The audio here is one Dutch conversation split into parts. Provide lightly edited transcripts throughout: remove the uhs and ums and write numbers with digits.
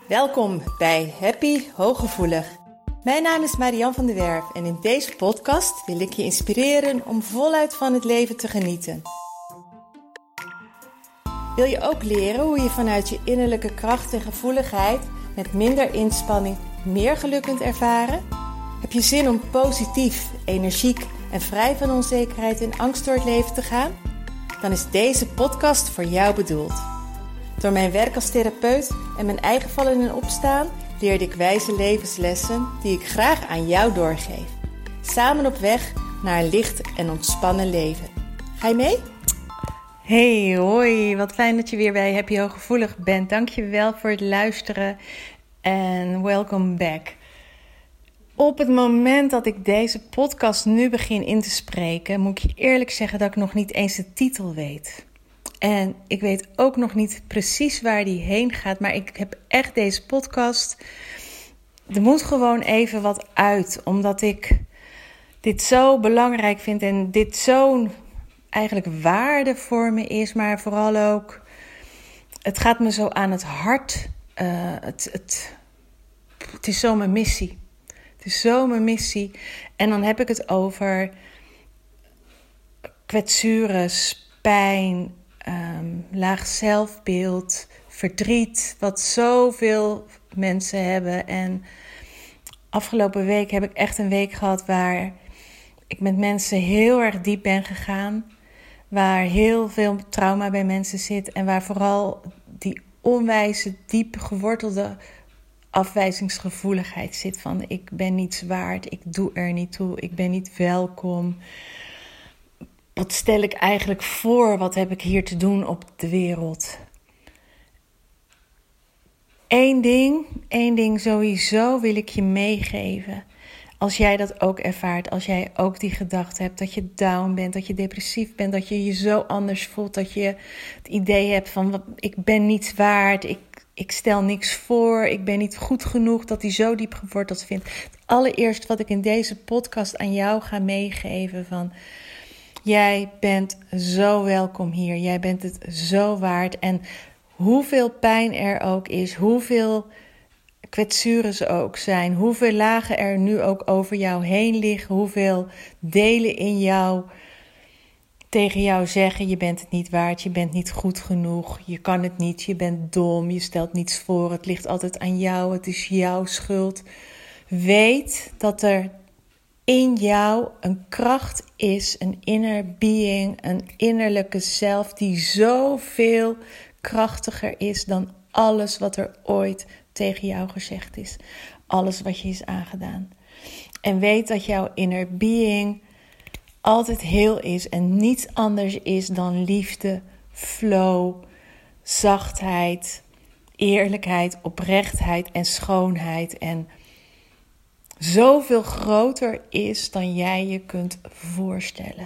Welkom bij Happy Hooggevoelig. Mijn naam is Marianne van der Werf en in deze podcast wil ik je inspireren om voluit van het leven te genieten. Wil je ook leren hoe je vanuit je innerlijke kracht en gevoeligheid met minder inspanning meer geluk kunt ervaren? Heb je zin om positief, energiek en vrij van onzekerheid en angst door het leven te gaan? Dan is deze podcast voor jou bedoeld. Door mijn werk als therapeut en mijn eigen vallen en opstaan leerde ik wijze levenslessen die ik graag aan jou doorgeef. Samen op weg naar een licht en ontspannen leven. Ga je mee? Hey, hoi. Wat fijn dat je weer bij Happy Hooggevoelig bent. Dank je wel voor het luisteren en welcome back. Op het moment dat ik deze podcast nu begin in te spreken, moet ik je eerlijk zeggen dat ik nog niet eens de titel weet. En ik weet ook nog niet precies waar die heen gaat, maar ik heb echt deze podcast. Er moet gewoon even wat uit, omdat ik dit zo belangrijk vind en dit zo'n eigenlijk waarde voor me is, maar vooral ook, het gaat me zo aan het hart. Het is zo mijn missie. Het is zo mijn missie. En dan heb ik het over kwetsures, pijn, laag zelfbeeld, verdriet, wat zoveel mensen hebben. En afgelopen week heb ik echt een week gehad waar ik met mensen heel erg diep ben gegaan. Waar heel veel trauma bij mensen zit en waar vooral die onwijze, diep gewortelde afwijzingsgevoeligheid zit van ik ben niets waard, ik doe er niet toe, ik ben niet welkom. Wat stel ik eigenlijk voor? Wat heb ik hier te doen op de wereld? Eén ding sowieso wil ik je meegeven. Als jij dat ook ervaart, als jij ook die gedachte hebt dat je down bent, dat je depressief bent, dat je je zo anders voelt, dat je het idee hebt van ik ben niets waard, ik stel niks voor, ik ben niet goed genoeg, dat die zo diep geworteld vindt. Het allereerst wat ik in deze podcast aan jou ga meegeven van jij bent zo welkom hier. Jij bent het zo waard. En hoeveel pijn er ook is, hoeveel kwetsures er ook zijn, hoeveel lagen er nu ook over jou heen liggen, hoeveel delen in jou tegen jou zeggen, je bent het niet waard, je bent niet goed genoeg, je kan het niet, je bent dom, je stelt niets voor, het ligt altijd aan jou, het is jouw schuld. Weet dat er in jou een kracht is, een inner being, een innerlijke zelf die zoveel krachtiger is dan alles wat er ooit tegen jou gezegd is. Alles wat je is aangedaan. En weet dat jouw inner being altijd heel is en niets anders is dan liefde, flow, zachtheid, eerlijkheid, oprechtheid en schoonheid en zoveel groter is dan jij je kunt voorstellen.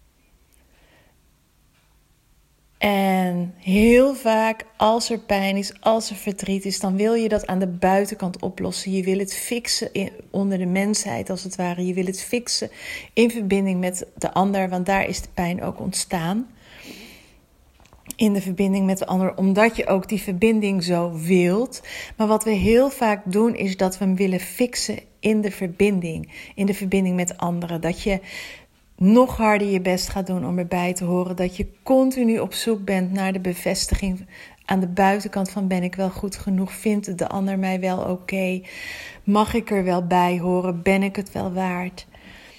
En heel vaak als er pijn is, als er verdriet is, dan wil je dat aan de buitenkant oplossen. Je wil het fixen onder de mensheid als het ware. Je wil het fixen in verbinding met de ander, want daar is de pijn ook ontstaan. In de verbinding met de ander, omdat je ook die verbinding zo wilt. Maar wat we heel vaak doen, is dat we hem willen fixen in de verbinding met anderen. Dat je nog harder je best gaat doen om erbij te horen. Dat je continu op zoek bent naar de bevestiging aan de buitenkant van ben ik wel goed genoeg? Vindt de ander mij wel oké? Mag ik er wel bij horen? Ben ik het wel waard?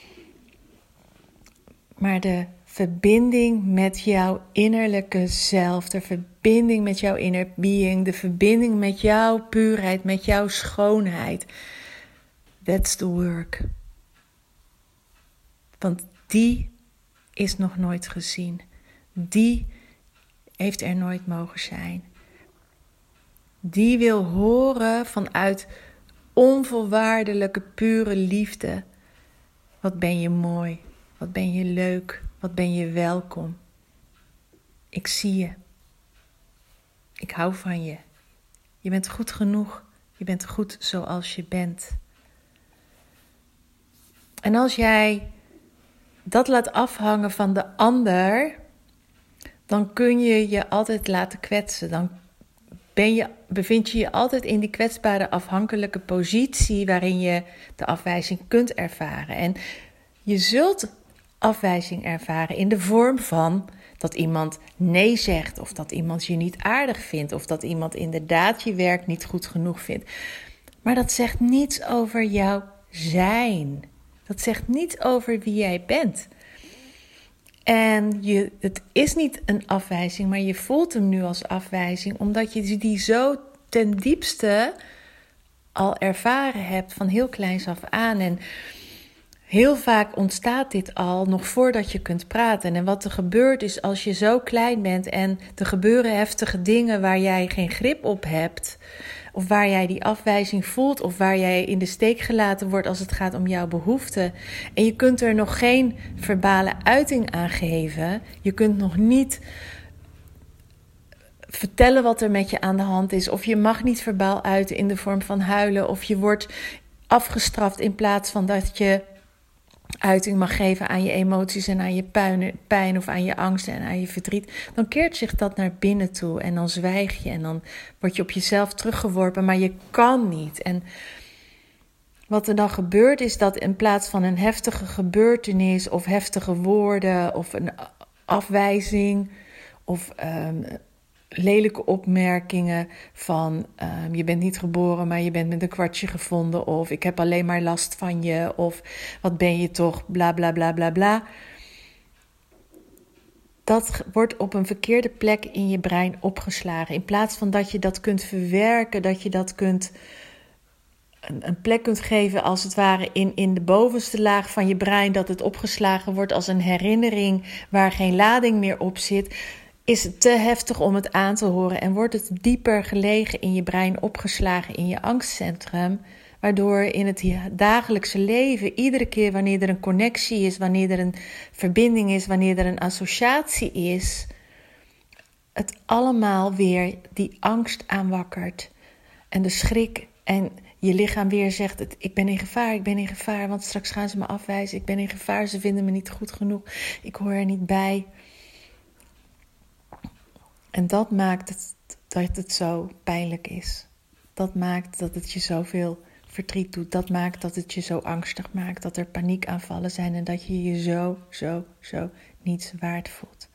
Maar de verbinding met jouw innerlijke zelf, de verbinding met jouw inner being, de verbinding met jouw puurheid, met jouw schoonheid. That's the work. Want die is nog nooit gezien. Die heeft er nooit mogen zijn. Die wil horen vanuit onvoorwaardelijke, pure liefde. Wat ben je mooi. Wat ben je leuk. Wat ben je welkom. Ik zie je. Ik hou van je. Je bent goed genoeg. Je bent goed zoals je bent. En als jij dat laat afhangen van de ander, dan kun je je altijd laten kwetsen. Dan bevind je je altijd in die kwetsbare afhankelijke positie waarin je de afwijzing kunt ervaren. En je zult afwijzing ervaren in de vorm van dat iemand nee zegt, of dat iemand je niet aardig vindt, of dat iemand inderdaad je werk niet goed genoeg vindt. Maar dat zegt niets over jouw zijn. Dat zegt niets over wie jij bent. En het is niet een afwijzing, maar je voelt hem nu als afwijzing, omdat je die zo ten diepste al ervaren hebt van heel kleins af aan. En heel vaak ontstaat dit al nog voordat je kunt praten. En wat er gebeurt is, als je zo klein bent en er gebeuren heftige dingen waar jij geen grip op hebt, of waar jij die afwijzing voelt, of waar jij in de steek gelaten wordt als het gaat om jouw behoeften, en je kunt er nog geen verbale uiting aan geven, je kunt nog niet vertellen wat er met je aan de hand is, of je mag niet verbaal uiten in de vorm van huilen, of je wordt afgestraft in plaats van dat je uiting mag geven aan je emoties en aan je pijn of aan je angsten en aan je verdriet, dan keert zich dat naar binnen toe en dan zwijg je en dan word je op jezelf teruggeworpen, maar je kan niet. En wat er dan gebeurt is dat in plaats van een heftige gebeurtenis of heftige woorden of een afwijzing of lelijke opmerkingen van je bent niet geboren, maar je bent met een kwartje gevonden, of ik heb alleen maar last van je, of wat ben je toch, bla bla bla bla bla. Dat wordt op een verkeerde plek in je brein opgeslagen. In plaats van dat je dat kunt verwerken, dat je dat kunt een plek kunt geven als het ware in de bovenste laag van je brein, dat het opgeslagen wordt als een herinnering waar geen lading meer op zit, is het te heftig om het aan te horen en wordt het dieper gelegen in je brein opgeslagen in je angstcentrum, waardoor in het dagelijkse leven, iedere keer wanneer er een connectie is, wanneer er een verbinding is, wanneer er een associatie is, het allemaal weer die angst aanwakkert en de schrik en je lichaam weer zegt, ik ben in gevaar, want straks gaan ze me afwijzen, ik ben in gevaar, ze vinden me niet goed genoeg, ik hoor er niet bij. En dat maakt dat het zo pijnlijk is. Dat maakt dat het je zoveel verdriet doet. Dat maakt dat het je zo angstig maakt. Dat er paniekaanvallen zijn en dat je je zo niets waard voelt.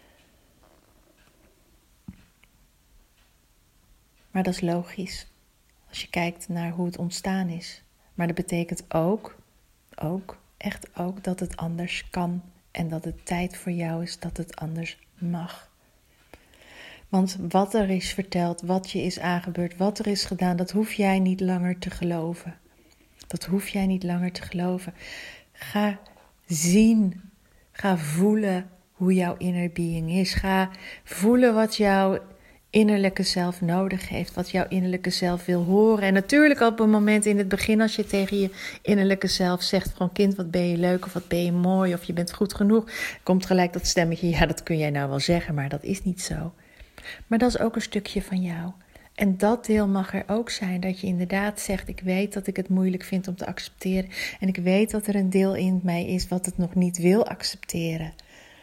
Maar dat is logisch. Als je kijkt naar hoe het ontstaan is. Maar dat betekent ook dat het anders kan. En dat het tijd voor jou is dat het anders mag. Want wat er is verteld, wat je is aangebeurd, wat er is gedaan, dat hoef jij niet langer te geloven. Dat hoef jij niet langer te geloven. Ga zien, ga voelen hoe jouw inner being is. Ga voelen wat jouw innerlijke zelf nodig heeft, wat jouw innerlijke zelf wil horen. En natuurlijk op een moment in het begin, als je tegen je innerlijke zelf zegt van kind, wat ben je leuk of wat ben je mooi of je bent goed genoeg, komt gelijk dat stemmetje, ja dat kun jij nou wel zeggen, maar dat is niet zo. Maar dat is ook een stukje van jou. En dat deel mag er ook zijn, dat je inderdaad zegt, ik weet dat ik het moeilijk vind om te accepteren. En ik weet dat er een deel in mij is wat het nog niet wil accepteren.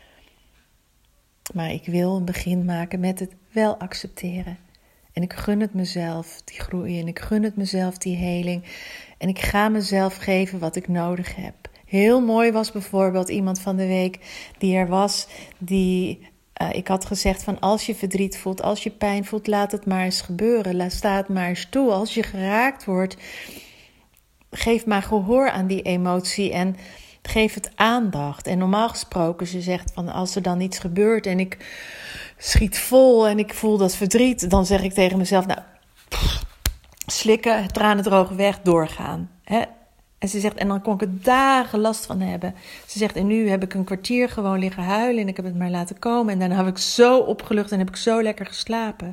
Maar ik wil een begin maken met het wel accepteren. En ik gun het mezelf die groei en ik gun het mezelf die heling. En ik ga mezelf geven wat ik nodig heb. Heel mooi was bijvoorbeeld iemand van de week die er was, ik had gezegd van als je verdriet voelt, als je pijn voelt, laat het maar eens gebeuren. Sta het maar eens toe. Als je geraakt wordt, geef maar gehoor aan die emotie en geef het aandacht. En normaal gesproken, ze zegt van als er dan iets gebeurt en ik schiet vol en ik voel dat verdriet, dan zeg ik tegen mezelf, nou, slikken, tranen drogen weg, doorgaan. Hè? En ze zegt, en dan kon ik er dagen last van hebben. Ze zegt, en nu heb ik een kwartier gewoon liggen huilen en ik heb het maar laten komen. En daarna heb ik zo opgelucht en heb ik zo lekker geslapen.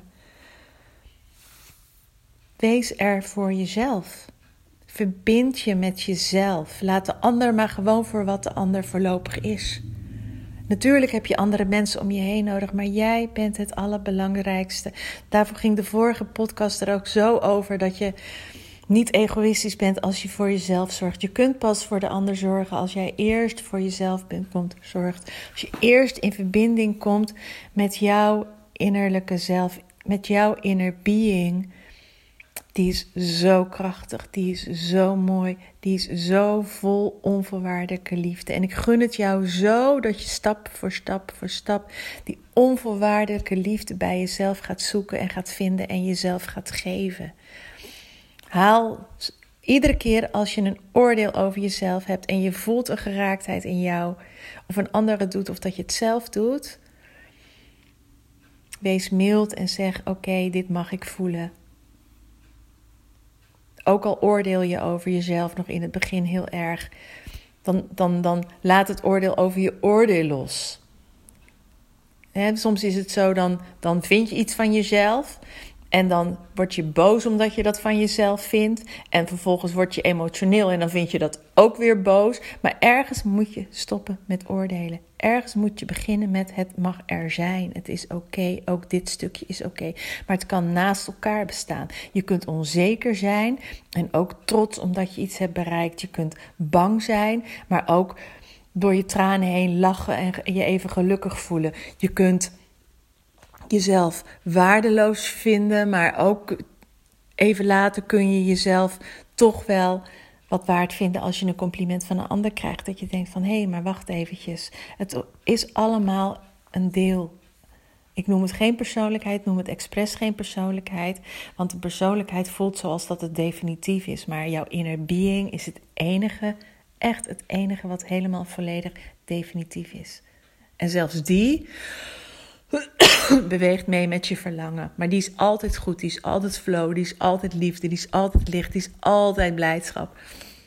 Wees er voor jezelf. Verbind je met jezelf. Laat de ander maar gewoon voor wat de ander voorlopig is. Natuurlijk heb je andere mensen om je heen nodig, maar jij bent het allerbelangrijkste. Daarvoor ging de vorige podcast er ook zo over dat je niet egoïstisch bent als je voor jezelf zorgt. Je kunt pas voor de ander zorgen als jij eerst voor jezelf zorgt. Als je eerst in verbinding komt met jouw innerlijke zelf. met jouw inner being, die is zo krachtig, die is zo mooi, die is zo vol onvoorwaardelijke liefde. En ik gun het jou zo dat je stap voor stap die onvoorwaardelijke liefde bij jezelf gaat zoeken en gaat vinden en jezelf gaat geven. Haal iedere keer als je een oordeel over jezelf hebt en je voelt een geraaktheid in jou, of een ander het doet of dat je het zelf doet, wees mild en zeg: oké, dit mag ik voelen. Ook al oordeel je over jezelf nog in het begin heel erg, dan laat het oordeel over je oordeel los. Soms is het zo, dan vind je iets van jezelf en dan word je boos omdat je dat van jezelf vindt. En vervolgens word je emotioneel en dan vind je dat ook weer boos. Maar ergens moet je stoppen met oordelen. Ergens moet je beginnen met: het mag er zijn. Het is oké. Ook dit stukje is oké. Maar het kan naast elkaar bestaan. Je kunt onzeker zijn en ook trots omdat je iets hebt bereikt. Je kunt bang zijn, maar ook door je tranen heen lachen en je even gelukkig voelen. Je kunt jezelf waardeloos vinden, maar ook even later kun je jezelf toch wel wat waard vinden als je een compliment van een ander krijgt. Dat je denkt van: hé, maar wacht eventjes. Het is allemaal een deel. Ik noem het geen persoonlijkheid, noem het expres geen persoonlijkheid. Want de persoonlijkheid voelt zoals dat het definitief is. Maar jouw inner being is het enige, echt het enige wat helemaal volledig definitief is. En zelfs die beweegt mee met je verlangen. Maar die is altijd goed, die is altijd flow, die is altijd liefde, die is altijd licht, die is altijd blijdschap.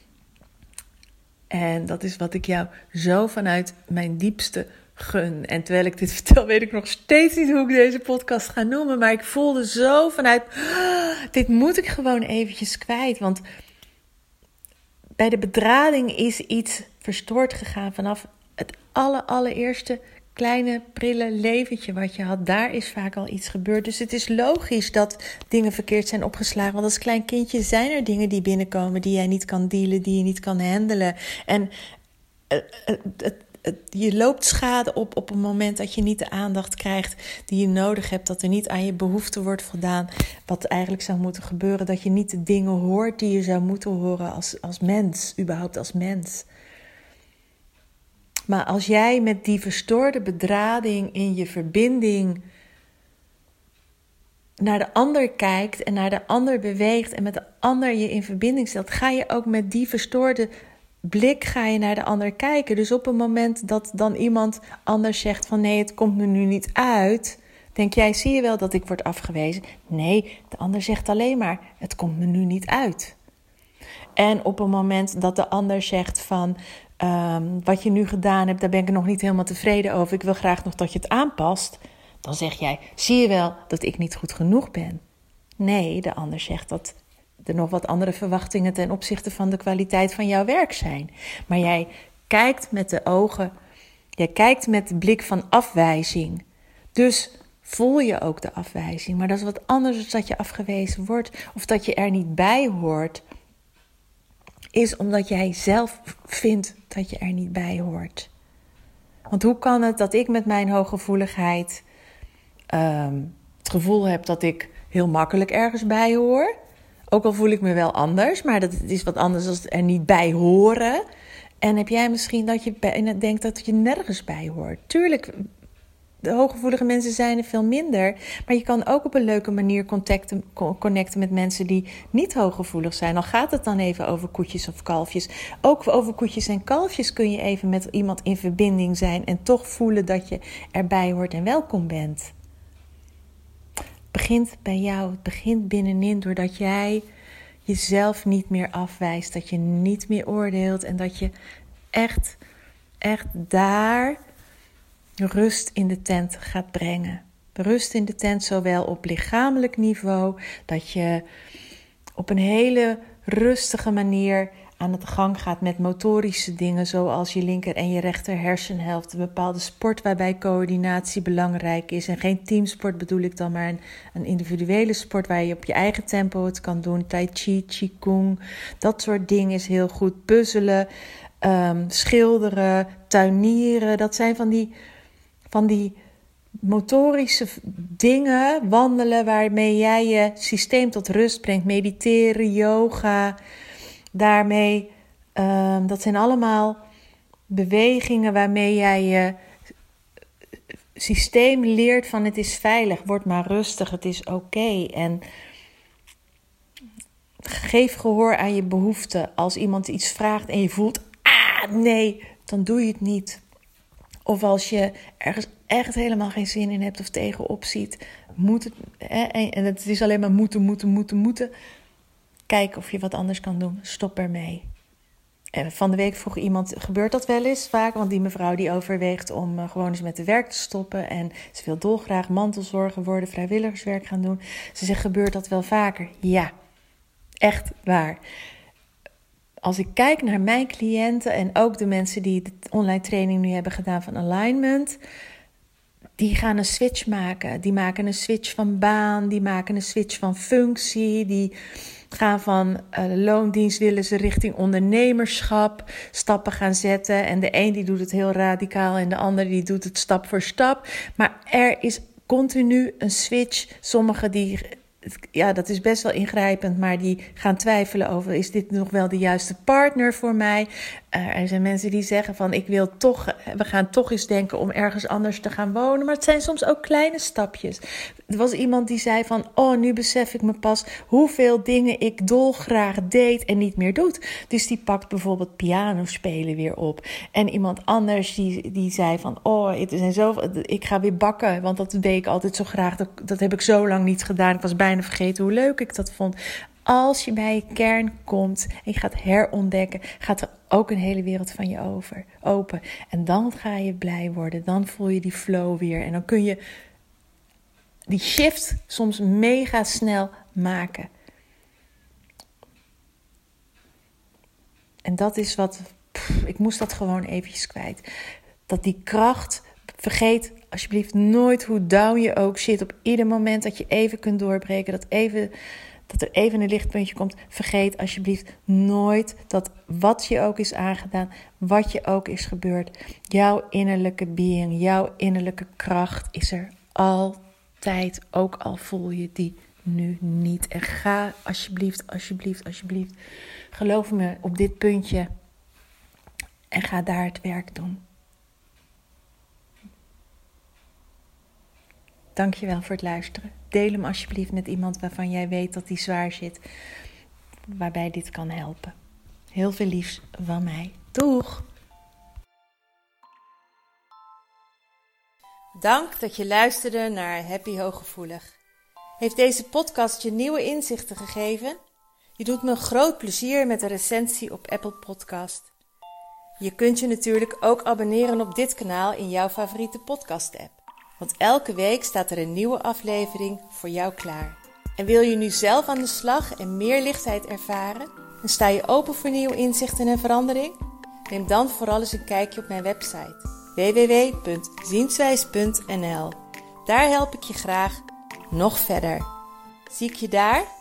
En dat is wat ik jou zo vanuit mijn diepste gun. En terwijl ik dit vertel, weet ik nog steeds niet hoe ik deze podcast ga noemen. Maar ik voelde zo vanuit: dit moet ik gewoon eventjes kwijt. Want bij de bedrading is iets verstoord gegaan vanaf het allereerste kleine prille leventje wat je had. Daar is vaak al iets gebeurd. Dus het is logisch dat dingen verkeerd zijn opgeslagen. Want als klein kindje zijn er dingen die binnenkomen die jij niet kan dealen, die je niet kan handelen. En je loopt schade op een moment dat je niet de aandacht krijgt die je nodig hebt. Dat er niet aan je behoeften wordt voldaan. Wat eigenlijk zou moeten gebeuren. Dat je niet de dingen hoort die je zou moeten horen als mens. Überhaupt als mens. Maar als jij met die verstoorde bedrading in je verbinding naar de ander kijkt en naar de ander beweegt en met de ander je in verbinding stelt, ga je ook met die verstoorde blik naar de ander kijken. Dus op een moment dat dan iemand anders zegt van: nee, het komt me nu niet uit, denk jij: zie je wel dat ik word afgewezen? Nee, de ander zegt alleen maar: het komt me nu niet uit. En op een moment dat de ander zegt van: wat je nu gedaan hebt, daar ben ik nog niet helemaal tevreden over. Ik wil graag nog dat je het aanpast. Dan zeg jij: zie je wel dat ik niet goed genoeg ben? Nee, de ander zegt dat er nog wat andere verwachtingen ten opzichte van de kwaliteit van jouw werk zijn. Maar jij kijkt met de ogen, jij kijkt met de blik van afwijzing. Dus voel je ook de afwijzing. Maar dat is wat anders dan dat je afgewezen wordt of dat je er niet bij hoort. Is omdat jij zelf vindt dat je er niet bij hoort. Want hoe kan het dat ik met mijn hooggevoeligheid het gevoel heb dat ik heel makkelijk ergens bij hoor? Ook al voel ik me wel anders, maar dat is wat anders dan er niet bij horen. En heb jij misschien dat je denkt dat je nergens bij hoort? Tuurlijk, de hooggevoelige mensen zijn er veel minder. Maar je kan ook op een leuke manier connecten met mensen die niet hooggevoelig zijn. Al gaat het dan even over koetjes of kalfjes. Ook over koetjes en kalfjes kun je even met iemand in verbinding zijn en toch voelen dat je erbij hoort en welkom bent. Het begint bij jou, het begint binnenin doordat jij jezelf niet meer afwijst. Dat je niet meer oordeelt en dat je echt daar rust in de tent gaat brengen. Rust in de tent zowel op lichamelijk niveau, dat je op een hele rustige manier aan de gang gaat met motorische dingen, zoals je linker en je rechter hersenhelft. Een bepaalde sport waarbij coördinatie belangrijk is. En geen teamsport bedoel ik dan, maar een individuele sport waar je op je eigen tempo het kan doen. Tai chi, qigong, dat soort dingen is heel goed. Puzzelen, schilderen, tuinieren, dat zijn van die motorische dingen, wandelen waarmee jij je systeem tot rust brengt. Mediteren, yoga, daarmee, dat zijn allemaal bewegingen waarmee jij je systeem leert van het is veilig, word maar rustig, het is oké. En geef gehoor aan je behoeften. Als iemand iets vraagt en je voelt, nee, dan doe je het niet. Of als je ergens echt helemaal geen zin in hebt of tegenop ziet, moet het, en het is alleen maar moeten. Kijk of je wat anders kan doen. Stop ermee. En van de week vroeg iemand, gebeurt dat wel eens vaak? Want die mevrouw die overweegt om gewoon eens met de werk te stoppen. En ze wil dolgraag mantelzorger worden, vrijwilligerswerk gaan doen. Ze zegt, gebeurt dat wel vaker? Ja, echt waar. Als ik kijk naar mijn cliënten en ook de mensen die de online training nu hebben gedaan van alignment, die gaan een switch maken. Die maken een switch van baan, die maken een switch van functie, die gaan van loondienst willen ze richting ondernemerschap stappen gaan zetten. En de een die doet het heel radicaal en de ander die doet het stap voor stap. Maar er is continu een switch. Sommigen die, ja, dat is best wel ingrijpend, maar die gaan twijfelen over, is dit nog wel de juiste partner voor mij? Er zijn mensen die zeggen van, we gaan toch eens denken om ergens anders te gaan wonen. Maar het zijn soms ook kleine stapjes. Er was iemand die zei van, nu besef ik me pas hoeveel dingen ik dolgraag deed en niet meer doet. Dus die pakt bijvoorbeeld piano spelen weer op. En iemand anders die zei van, ik ga weer bakken, want dat deed ik altijd zo graag. Dat heb ik zo lang niet gedaan. Ik was bijna vergeten hoe leuk ik dat vond. Als je bij je kern komt en je gaat herontdekken, gaat er ook een hele wereld van je open. En dan ga je blij worden. Dan voel je die flow weer. En dan kun je die shift soms mega snel maken. En dat is ik moest dat gewoon eventjes kwijt. Dat die kracht, vergeet alsjeblieft nooit hoe down je ook zit. Op ieder moment dat je even kunt doorbreken, dat er even een lichtpuntje komt. Vergeet alsjeblieft nooit dat wat je ook is aangedaan, wat je ook is gebeurd, jouw innerlijke being, jouw innerlijke kracht is er altijd, ook al voel je die nu niet. En ga alsjeblieft, geloof me op dit puntje en ga daar het werk doen. Dankjewel voor het luisteren. Deel hem alsjeblieft met iemand waarvan jij weet dat die zwaar zit, waarbij dit kan helpen. Heel veel liefs van mij. Doeg! Dank dat je luisterde naar Happy Hooggevoelig. Heeft deze podcast je nieuwe inzichten gegeven? Je doet me een groot plezier met een recensie op Apple Podcast. Je kunt je natuurlijk ook abonneren op dit kanaal in jouw favoriete podcast-app. Want elke week staat er een nieuwe aflevering voor jou klaar. En wil je nu zelf aan de slag en meer lichtheid ervaren? En sta je open voor nieuwe inzichten en verandering? Neem dan vooral eens een kijkje op mijn website www.zienswijs.nl. Daar help ik je graag nog verder. Zie ik je daar?